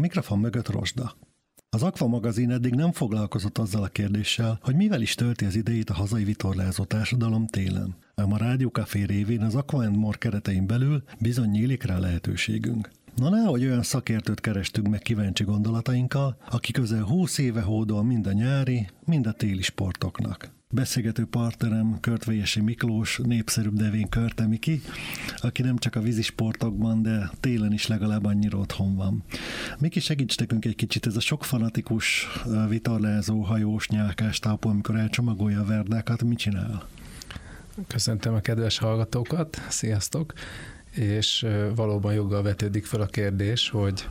mikrofon mögött Rozsda. Az Aqua magazin eddig nem foglalkozott azzal a kérdéssel, hogy mivel is tölti az idejét a hazai vitorlázó társadalom télen. Ám a Rádió Café révén az Aqua & More keretein belül bizony nyílik rá lehetőségünk. Na nehogy olyan szakértőt kerestünk meg kíváncsi gondolatainkkal, aki közel 20 éve hódol mind a nyári, mind a téli sportoknak. Beszélgető partnerem Körtvejesi Miklós, népszerűbb nevén Körte Miki, aki nem csak a vízisportokban, de télen is legalább annyira otthon van. Miki, segíts nekünk egy kicsit, ez a sok fanatikus vitorlázó, hajós, nyálkás tápol, amikor elcsomagolja a verdákat, mit csinál? Köszöntöm a kedves hallgatókat, sziasztok! És valóban joggal vetődik fel a kérdés,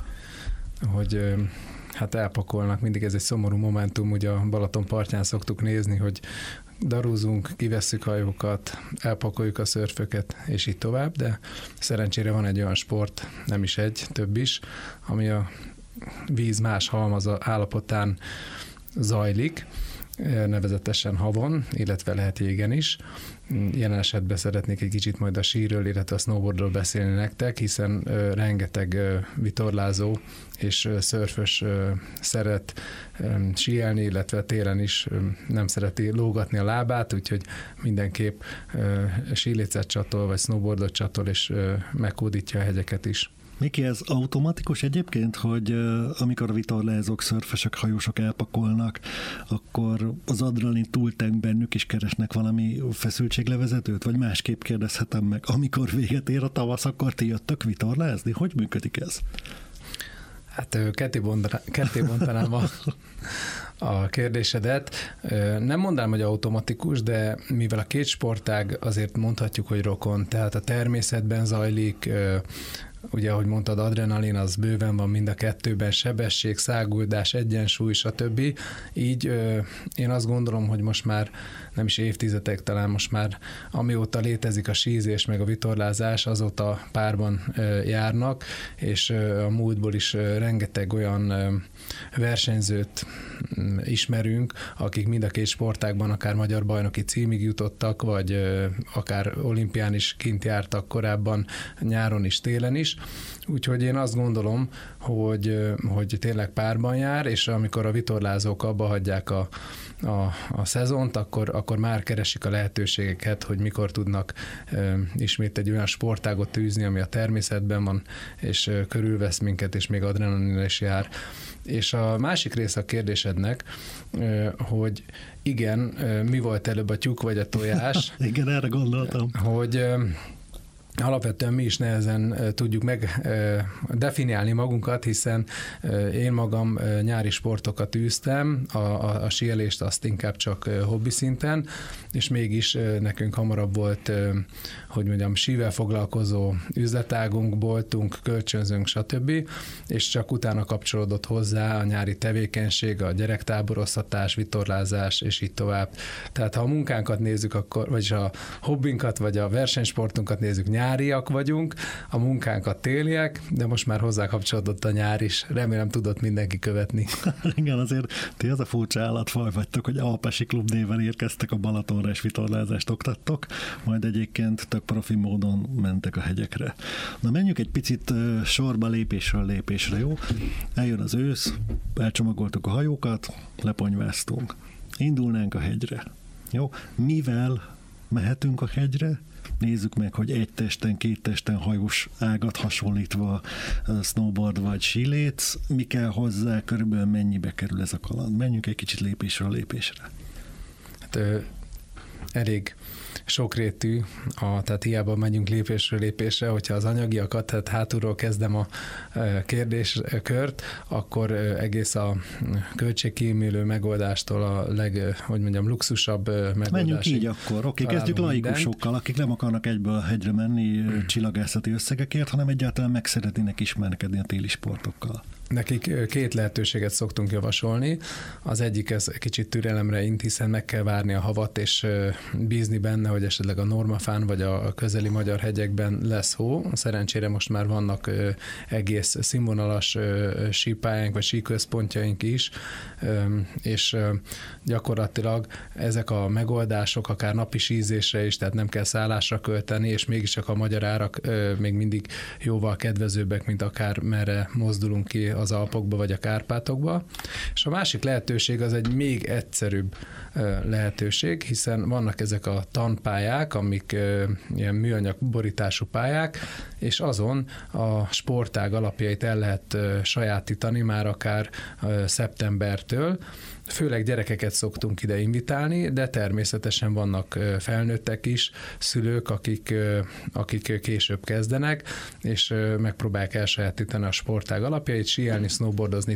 hogy hát elpakolnak, mindig ez egy szomorú momentum, ugye a Balaton partján szoktuk nézni, hogy darúzunk, kivesszük hajókat, elpakoljuk a szörföket, és így tovább, de szerencsére van egy olyan sport, nem is egy, több is, ami a víz más halmaza állapotán zajlik, nevezetesen havon, illetve lehet jégen is. Jelen esetben szeretnék egy kicsit majd a síről, illetve a snowboardról beszélni nektek, hiszen rengeteg vitorlázó és szörfös szeret síelni, illetve télen is nem szereti lógatni a lábát, úgyhogy mindenképp sílécet csatol, vagy snowboardot csatol, és meghódítja a hegyeket is. Miki, ez automatikus egyébként, hogy amikor a vitorlázók, szörfösök, hajósok elpakolnak, akkor az adrenalin túltenk bennük is keresnek valami feszültséglevezetőt? Vagy másképp kérdezhetem meg, amikor véget ér a tavasz, akkor ti jöttök vitorlázni? Hogy működik ez? Hát ketté bontanám a kérdésedet. Nem mondanám, hogy automatikus, de mivel a két sportág azért mondhatjuk, hogy rokon, tehát a természetben zajlik, ugye, ahogy mondtad, adrenalin, az bőven van mind a kettőben, sebesség, száguldás, egyensúly, stb. Így én azt gondolom, hogy most már nem is évtizedek, talán most már amióta létezik a sízés, meg a vitorlázás, azóta párban járnak, és a múltból is rengeteg olyan versenyzőt ismerünk, akik mind a két sportágban akár magyar bajnoki címig jutottak, vagy akár olimpián is kint jártak korábban, nyáron is, télen is. Úgyhogy én azt gondolom, hogy tényleg párban jár, és amikor a vitorlázók abba hagyják a szezont, akkor már keresik a lehetőségeket, hogy mikor tudnak ismét egy olyan sportágot űzni, ami a természetben van, és körülvesz minket, és még adrenalin is jár. És a másik része a kérdésednek, hogy igen, mi volt előbb, a tyúk vagy a tojás? Igen, erre gondoltam. Hogy alapvetően mi is nehezen tudjuk definiálni magunkat, hiszen én magam nyári sportokat űztem, a síelést azt inkább csak hobbi szinten, és mégis nekünk hamarabb volt, hogy mondjam, sível foglalkozó üzletágunk, boltunk, kölcsönzünk, stb. És csak utána kapcsolódott hozzá a nyári tevékenység, a gyerektáboroztatás, vitorlázás, és így tovább. Tehát ha a munkánkat nézzük, akkor, vagyis a hobbinkat, vagy a versenysportunkat nézzük, nyáriak vagyunk, a munkánkat téliek, de most már hozzá kapcsolódott a nyár is. Remélem tudott mindenki követni. Igen, azért ti az a furcsa állatfaj vagytok, hogy Alpesi Klub néven érkeztek a Balatonra és vitorlázást oktattok, majd egyébként tök profi módon mentek a hegyekre. Na menjünk egy picit sorba lépésről lépésre, jó? Eljön az ősz, elcsomagoltuk a hajókat, leponyváztunk. Indulnánk a hegyre. Jó? Mivel mehetünk a hegyre? Nézzük meg, hogy egy testen, két testen hajós ágat hasonlítva snowboard vagy síléc, mi kell hozzá, körülbelül mennyibe kerül ez a kaland. Menjünk egy kicsit lépésről lépésre. Hát elég sokrétű, tehát hiába megyünk lépésről lépésre, hogyha az anyagiakat, tehát hátulról kezdem a kérdéskört, akkor egész a költségkímélő megoldástól a luxusabb megoldásig. Menjünk így akkor. Oké, kezdjük laikusokkal, akik nem akarnak egyből a hegyre menni csillagászati összegekért, hanem egyáltalán meg szeretnének ismerkedni a téli sportokkal. Nekik két lehetőséget szoktunk javasolni. Az egyik ez kicsit türelemre int, hiszen meg kell várni a havat, és bízni benne, hogy esetleg a Normafán vagy a közeli magyar hegyekben lesz hó. Szerencsére most már vannak egész színvonalas sípályánk, vagy síközpontjaink is, és gyakorlatilag ezek a megoldások akár napi sízésre is, tehát nem kell szállásra költeni, és mégiscsak a magyar árak még mindig jóval kedvezőbbek, mint akár merre mozdulunk ki az Alpokba vagy a Kárpátokba. És a másik lehetőség az egy még egyszerűbb lehetőség, hiszen vannak ezek a tanpályák, amik ilyen műanyag borítású pályák, és azon a sportág alapjait el lehet sajátítani már akár szeptembertől. Főleg gyerekeket szoktunk ide invitálni, de természetesen vannak felnőttek is, szülők, akik később kezdenek, és megpróbálják elsajátítani a sportág alapjait, síelni, snowboardozni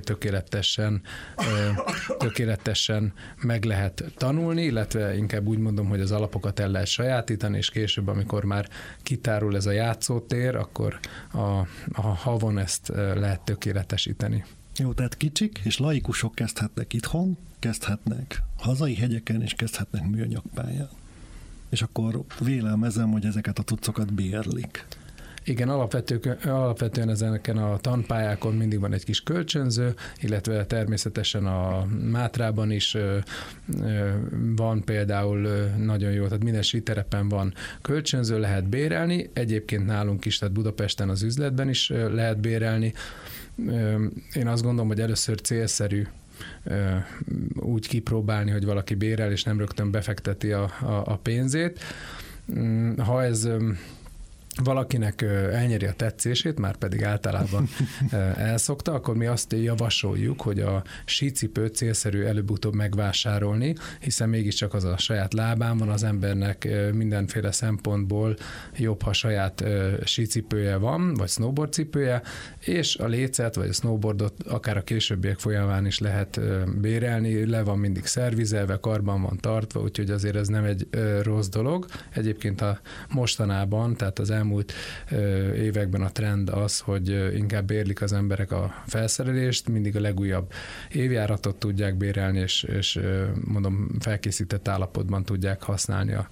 tökéletesen meg lehet tanulni, illetve inkább úgy mondom, hogy az alapokat el lehet sajátítani, és később, amikor már kitárul ez a játszótér, akkor a havon ezt lehet tökéletesíteni. Jó, tehát kicsik és laikusok kezdhetnek itthon, kezdhetnek hazai hegyeken, és kezdhetnek műanyagpályán. És akkor vélelmezem, hogy ezeket a cuccokat bérlik. Igen, alapvetően ezeken a tanpályákon mindig van egy kis kölcsönző, illetve természetesen a Mátrában is van például nagyon jó, tehát minden síterepen van kölcsönző, lehet bérelni, egyébként nálunk is, tehát Budapesten az üzletben is lehet bérelni. Én azt gondolom, hogy először célszerű úgy kipróbálni, hogy valaki bérel, és nem rögtön befekteti a pénzét. Ha ez valakinek elnyeri a tetszését, már pedig általában elszokta, akkor mi azt javasoljuk, hogy a sícipőt célszerű előbb-utóbb megvásárolni, hiszen mégiscsak az a saját lábán van az embernek, mindenféle szempontból jobb, ha saját sícipője van, vagy snowboardcipője, és a lécet vagy a snowboardot akár a későbbiek folyamán is lehet bérelni, le van mindig szervizelve, karban van tartva, úgyhogy azért ez nem egy rossz dolog. Egyébként a mostanában, tehát az elmúlt években a trend az, hogy inkább bérlik az emberek a felszerelést, mindig a legújabb évjáratot tudják bérelni, és mondom, felkészített állapotban tudják használni a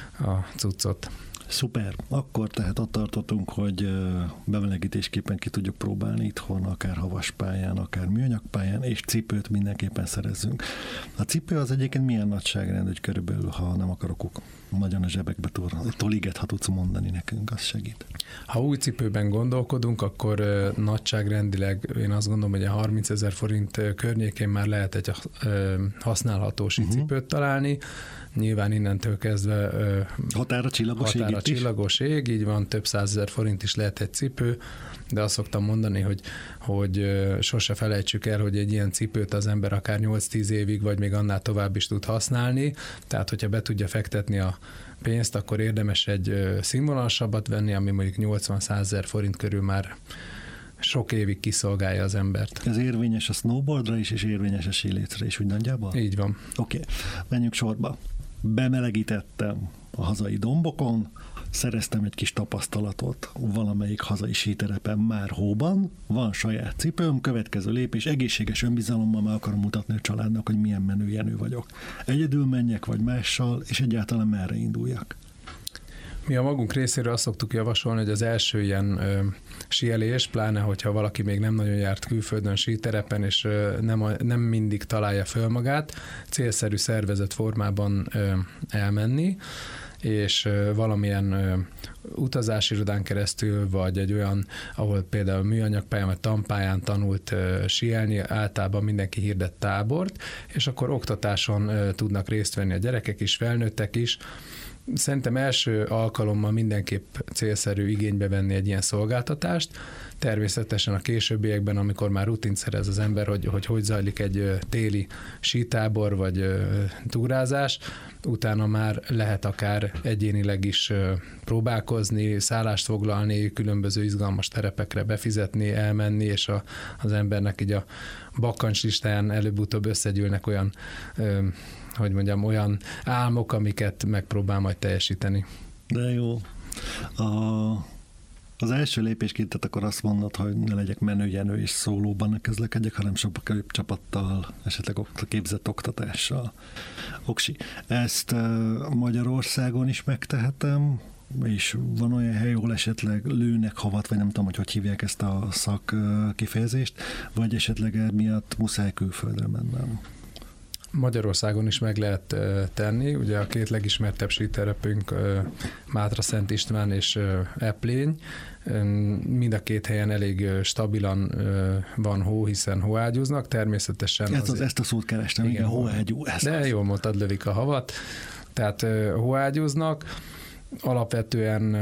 cuccot. Szuper. Akkor tehát ott tartottunk, hogy bemelegítésképpen ki tudjuk próbálni itthon, akár havaspályán, akár műanyagpályán, és cipőt mindenképpen szerezzünk. A cipő az egyébként milyen nagyságrend, hogy körülbelül, ha nem akarok nagyon a zsebekbe toliget, ha tudsz mondani nekünk, az segít. Ha új cipőben gondolkodunk, akkor nagyságrendileg én azt gondolom, hogy a 30 000 forint környékén már lehet egy használható cipőt találni. Nyilván innentől kezdve határa csillagos ég, így van, több 100 000 forint is lehet egy cipő, de azt szoktam mondani, hogy sose felejtsük el, hogy egy ilyen cipőt az ember akár 8-10 évig, vagy még annál tovább is tud használni, tehát hogyha be tudja fektetni a pénzt, akkor érdemes egy színvonalasabbat venni, ami mondjuk 80-100 000 forint körül már sok évig kiszolgálja az embert. Ez érvényes a snowboardra is, és érvényes a sílécre is, úgy nagyjából? Így van. Oké, menjünk sorba. Bemelegítettem a hazai dombokon, szereztem egy kis tapasztalatot valamelyik hazai síterepen már hóban, van saját cipőm, következő lépés, egészséges önbizalommal meg akarom mutatni a családnak, hogy milyen menő Jenő vagyok. Egyedül menjek, vagy mással, és egyáltalán merre induljak. Mi a magunk részéről azt szoktuk javasolni, hogy az első ilyen síelés, pláne hogyha valaki még nem nagyon járt külföldön síterepen, és nem mindig találja föl magát, célszerű szervezett formában elmenni, és valamilyen utazási irodán keresztül, vagy egy olyan, ahol például műanyagpályán vagy tanpályán tanult síelni, általában mindenki hirdet tábort, és akkor oktatáson tudnak részt venni a gyerekek is, felnőttek is. Szerintem első alkalommal mindenképp célszerű igénybe venni egy ilyen szolgáltatást. Természetesen a későbbiekben, amikor már rutint szerez az ember, hogy zajlik egy téli sítábor vagy túrázás, utána már lehet akár egyénileg is próbálkozni, szállást foglalni, különböző izgalmas terepekre befizetni, elmenni, és az embernek így a bakkancs listáján előbb-utóbb összegyűlnek olyan olyan álmok, amiket megpróbál majd teljesíteni. De jó. Az első lépésként akkor azt mondod, hogy ne legyek menő Jenő és szólóban ne közlekedjek, hanem sokkal jobb csapattal, esetleg képzett oktatással. Oksi, ezt Magyarországon is megtehetem, és van olyan hely, ahol esetleg lőnek havat, vagy nem tudom, hogy hívják ezt a szak kifejezést, vagy esetleg miatt muszáj külföldre mennem. Magyarországon is meg lehet tenni. Ugye a két legismertebb síterepünk Mátra Szent István és Eplény. Mind a két helyen elég stabilan van hó, hiszen hóágyúznak. Természetesen... Ezt a szót kerestem, igen, hóágyú. De jól mondtad, lövik a havat. Tehát hóágyúznak. Alapvetően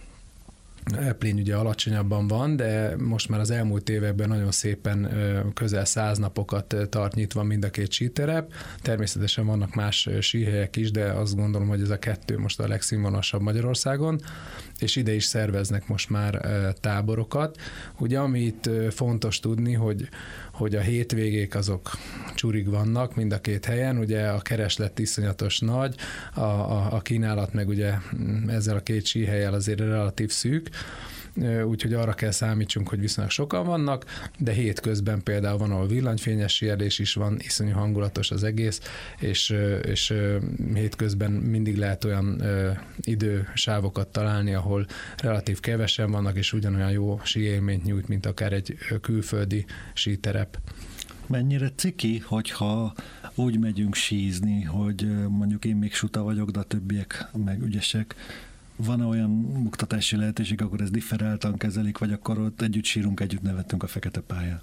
Eplény ugye alacsonyabban van, de most már az elmúlt években nagyon szépen közel 100 napokat tart nyitva mind a két síterep. Természetesen vannak más síhelyek is, de azt gondolom, hogy ez a kettő most a legszínvonalasabb Magyarországon, és ide is szerveznek most már táborokat. Ugye amit fontos tudni, hogy a hétvégék csurig vannak mind a két helyen, ugye a kereslet iszonyatos nagy, a kínálat meg ugye ezzel a két síhellyel azért relatív szűk, úgyhogy arra kell számítsunk, hogy viszonylag sokan vannak, de hétközben például van, ahol villanyfényes síelés is van, iszonyú hangulatos az egész, és hétközben mindig lehet olyan idősávokat találni, ahol relatív kevesen vannak, és ugyanolyan jó síélményt nyújt, mint akár egy külföldi síterep. Mennyire ciki, hogyha úgy megyünk sízni, hogy mondjuk én még suta vagyok, de a többiek meg ügyesek, van-e olyan buktatási lehetőség, akkor ez differáltan kezelik, vagy akkor ott együtt sírunk, együtt nevettünk a fekete pályán?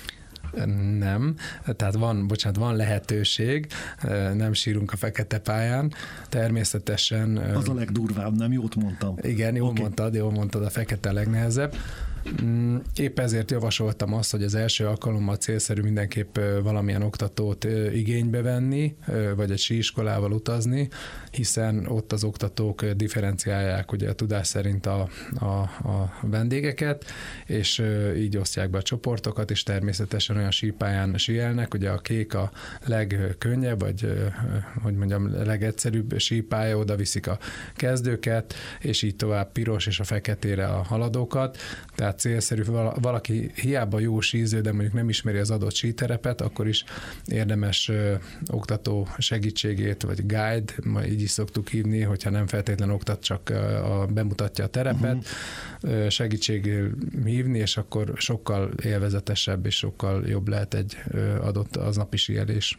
Nem, tehát van lehetőség, nem sírunk a fekete pályán, természetesen... Az a legdurvább, nem? Jót mondtam. Igen, jól mondtad, a fekete legnehezebb. Épp ezért javasoltam azt, hogy az első alkalommal célszerű mindenképp valamilyen oktatót igénybe venni, vagy egy síiskolával utazni, hiszen ott az oktatók differenciálják ugye a tudás szerint a vendégeket, és így osztják be a csoportokat, és természetesen olyan sípályán síelnek, ugye a kék a legkönnyebb, vagy hogy mondjam, legegyszerűbb sípálya, oda viszik a kezdőket, és így tovább piros és a feketére a haladókat, tehát célszerű, valaki hiába jó síző, de mondjuk nem ismeri az adott síterepet, akkor is érdemes oktató segítségét, vagy guide, így is szoktuk hívni, hogyha nem feltétlen oktat, csak bemutatja a terepet, segítségül hívni, és akkor sokkal élvezetesebb és sokkal jobb lehet egy adott aznapi síelés.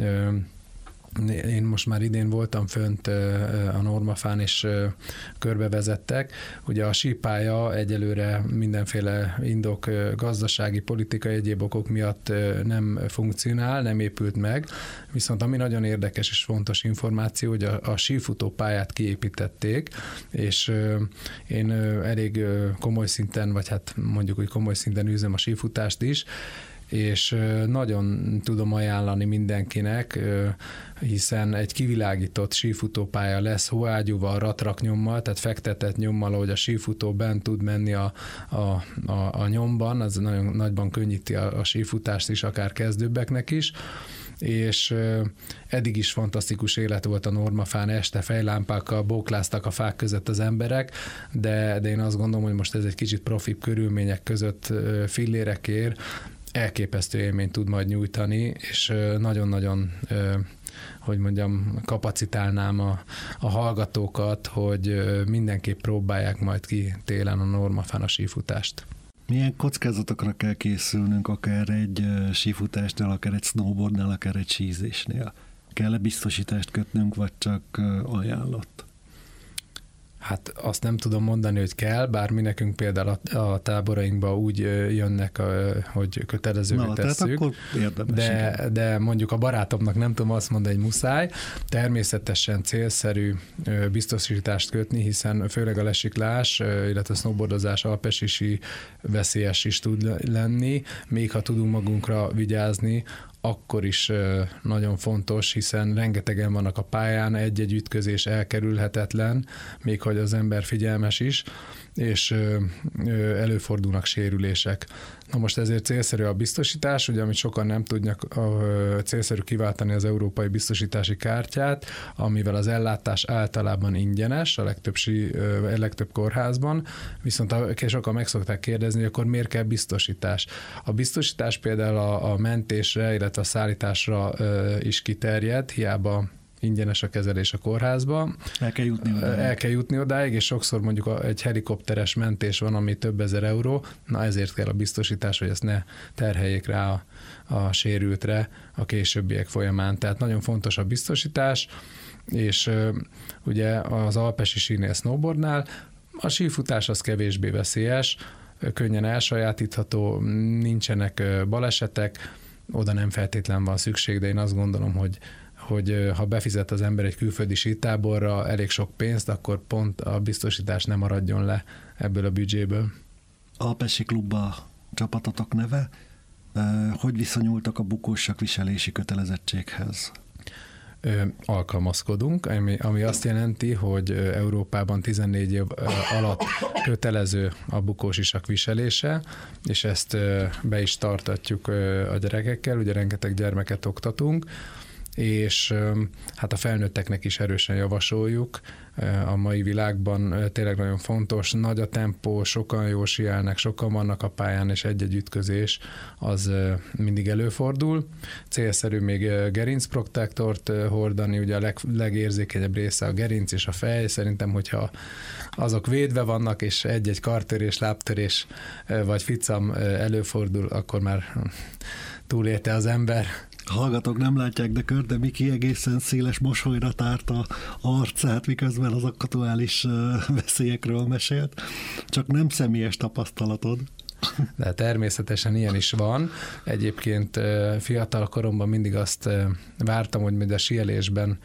Én most már idén voltam fönt a Normafán, és körbevezettek. Ugye a sípálya egyelőre mindenféle indok, gazdasági, politikai, egyéb okok miatt nem funkcionál, nem épült meg. Viszont ami nagyon érdekes és fontos információ, hogy a sífutó pályát kiépítették, és én elég komoly szinten, vagy hát mondjuk, hogy komoly szinten űzöm a sífutást is, és nagyon tudom ajánlani mindenkinek, hiszen egy kivilágított sífutópálya lesz hóágyúval, ratraknyommal, tehát fektetett nyommal, ahogy a sífutó bent tud menni a nyomban, az nagyon nagyban könnyíti a sífutást is, akár kezdőbbeknek is, és eddig is fantasztikus élet volt a Normafán, este fejlámpákkal bókláztak a fák között az emberek, de én azt gondolom, hogy most ez egy kicsit profibb körülmények között fillérekért elképesztő élményt tud majd nyújtani, és nagyon-nagyon, hogy mondjam, kapacitálnám a hallgatókat, hogy mindenképp próbálják majd ki télen a Normafán a sífutást. Milyen kockázatokra kell készülnünk, akár egy sífutásnál, akár egy snowboardnál, akár egy sízésnél? Kell-e biztosítást kötnünk, vagy csak ajánlott? Hát azt nem tudom mondani, hogy kell, bár mi nekünk például a táborainkba úgy jönnek, hogy kötelezővé tesszük. Akkor érdemes, de mondjuk a barátomnak nem tudom azt mondani, hogy muszáj. Természetesen célszerű biztosítást kötni, hiszen főleg a lesiklás, illetve a snowboardozás, alpesi veszélyes is tud lenni, még ha tudunk magunkra vigyázni, akkor is nagyon fontos, hiszen rengetegen vannak a pályán, egy-egy ütközés elkerülhetetlen, még hogy az ember figyelmes is, és előfordulnak sérülések. Na most ezért célszerű a biztosítás, ugye amit sokan nem tudnak, célszerű kiváltani az európai biztosítási kártyát, amivel az ellátás általában ingyenes, a legtöbb kórházban, viszont sokan meg szokták kérdezni, hogy akkor miért kell biztosítás. A biztosítás például a mentésre, illetve a szállításra is kiterjed, hiába ingyenes a kezelés a kórházba. El kell jutni odáig, és sokszor mondjuk egy helikopteres mentés van, ami több ezer euró, na ezért kell a biztosítás, hogy ezt ne terheljék rá a sérültre a későbbiek folyamán. Tehát nagyon fontos a biztosítás, és ugye az alpesi sínél, snowboardnál a sífutás az kevésbé veszélyes, könnyen elsajátítható, nincsenek balesetek, oda nem feltétlen van szükség, de én azt gondolom, hogy ha befizet az ember egy külföldi sítáborra elég sok pénzt, akkor pont a biztosítás nem maradjon le ebből a büdzséből. Alpesi Klubba csapatotok neve. Hogy viszonyultak a bukósak viselési kötelezettséghez? Alkalmazkodunk, ami azt jelenti, hogy Európában 14 év alatt kötelező a bukósisak viselése, és ezt be is tartatjuk a gyerekekkel, ugye rengeteg gyermeket oktatunk, és hát a felnőtteknek is erősen javasoljuk. A mai világban tényleg nagyon fontos, nagy a tempó, sokan jól síelnek, sokan vannak a pályán, és egy-egy ütközés az mindig előfordul. Célszerű még gerincprotektort hordani, ugye a legérzékenyebb része a gerinc és a fej. Szerintem, hogyha azok védve vannak, és egy-egy kartörés, lábtörés vagy ficam előfordul, akkor már túlélte az ember. Hallgatók nem látják, de Miki egészen széles mosolyra tárta arcát, miközben az aktuális veszélyekről mesélt. Csak nem személyes tapasztalatod. De természetesen ilyen is van. Egyébként fiatal koromban mindig azt vártam, hogy majd a síelésben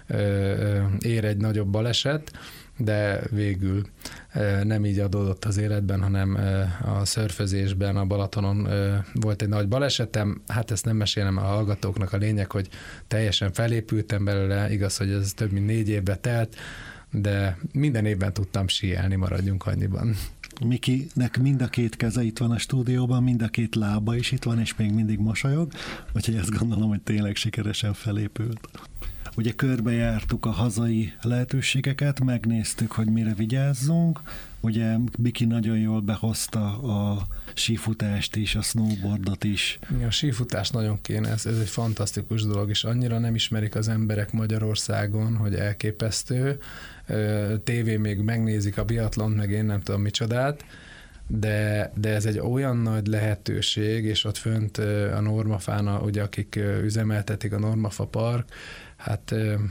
ér egy nagyobb baleset, de végül nem így adódott az életben, hanem a szörfözésben, a Balatonon volt egy nagy balesetem. Hát ezt nem mesélem a hallgatóknak, a lényeg, hogy teljesen felépültem belőle, igaz, hogy ez több mint 4 évbe telt, de minden évben tudtam síelni, maradjunk annyiban. Mikinek mind a 2 keze itt van a stúdióban, mind a 2 lába is itt van, és még mindig mosolyog, úgyhogy ezt gondolom, hogy tényleg sikeresen felépült. Ugye körbejártuk a hazai lehetőségeket, megnéztük, hogy mire vigyázzunk. Ugye Miki nagyon jól behozta a sífutást is, a snowboardot is. A sífutás nagyon kéne, ez egy fantasztikus dolog, és annyira nem ismerik az emberek Magyarországon, hogy elképesztő. Tévé még megnézik a biatlont, meg én nem tudom micsodát, de ez egy olyan nagy lehetőség, és ott fönt a Normafán, ugye akik üzemeltetik a Normafa Park, hát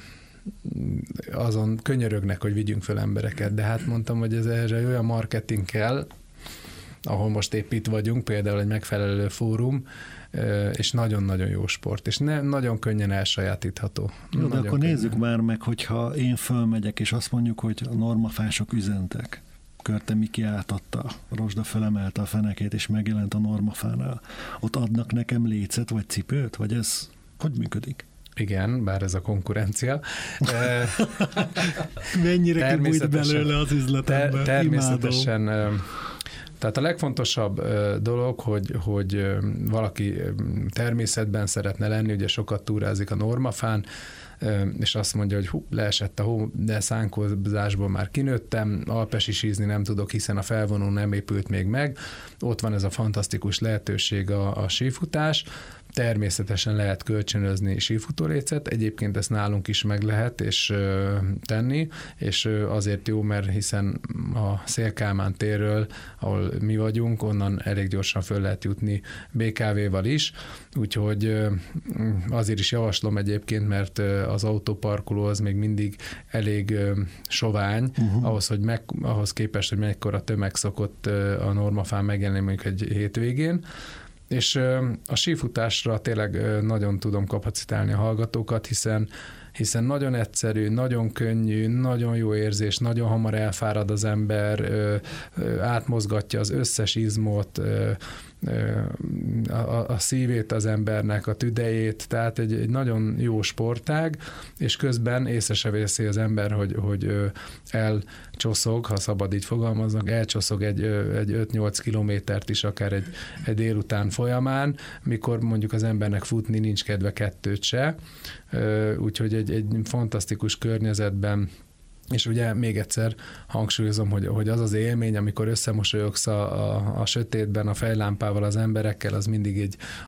azon könyörögnek, hogy vigyünk föl embereket, de hát mondtam, hogy erre olyan marketing kell, ahol most épp itt vagyunk, például egy megfelelő fórum, és nagyon-nagyon jó sport, és nagyon könnyen elsajátítható. Jó, de akkor nézzük már meg, hogyha én fölmegyek, és azt mondjuk, hogy a normafások üzentek. Körte Miki átadta, Rozsda fölemelte a fenekét, és megjelent a Normafánál. Ott adnak nekem lécet, vagy cipőt? Vagy ez hogy működik? Igen, bár ez a konkurencia. Mennyire kibújt belőle az üzletemben? Természetesen. Tehát a legfontosabb dolog, hogy valaki természetben szeretne lenni, ugye sokat túrázik a Normafán, és azt mondja, hogy leesett a hó, de szánkozásból már kinőttem, alpesi sízni nem tudok, hiszen a felvonó nem épült még meg. Ott van ez a fantasztikus lehetőség a sífutás. Természetesen lehet kölcsönözni sífutólécet, egyébként ezt nálunk is meg lehet és tenni, és azért jó, mert hiszen a Széll-Kálmán térről, ahol mi vagyunk, onnan elég gyorsan föl lehet jutni BKV-val is, úgyhogy azért is javaslom egyébként, mert az autóparkoló az még mindig elég sovány, ahhoz képest, hogy mekkora tömeg szokott a Normafán megjelenni mondjuk egy hétvégén. És a sífutásra tényleg nagyon tudom kapacitálni a hallgatókat, hiszen nagyon egyszerű, nagyon könnyű, nagyon jó érzés, nagyon hamar elfárad az ember, átmozgatja az összes izmot, a szívét az embernek, a tüdejét, tehát egy nagyon jó sportág, és közben észre se veszi az ember, hogy elcsoszog, ha szabad így fogalmaznak, elcsoszog egy 5-8 kilométert is akár egy délután folyamán, mikor mondjuk az embernek futni nincs kedve 2 se, úgyhogy egy fantasztikus környezetben. És ugye még egyszer hangsúlyozom, hogy az az élmény, amikor összemosolyogsz a sötétben a fejlámpával az emberekkel, az mindig egy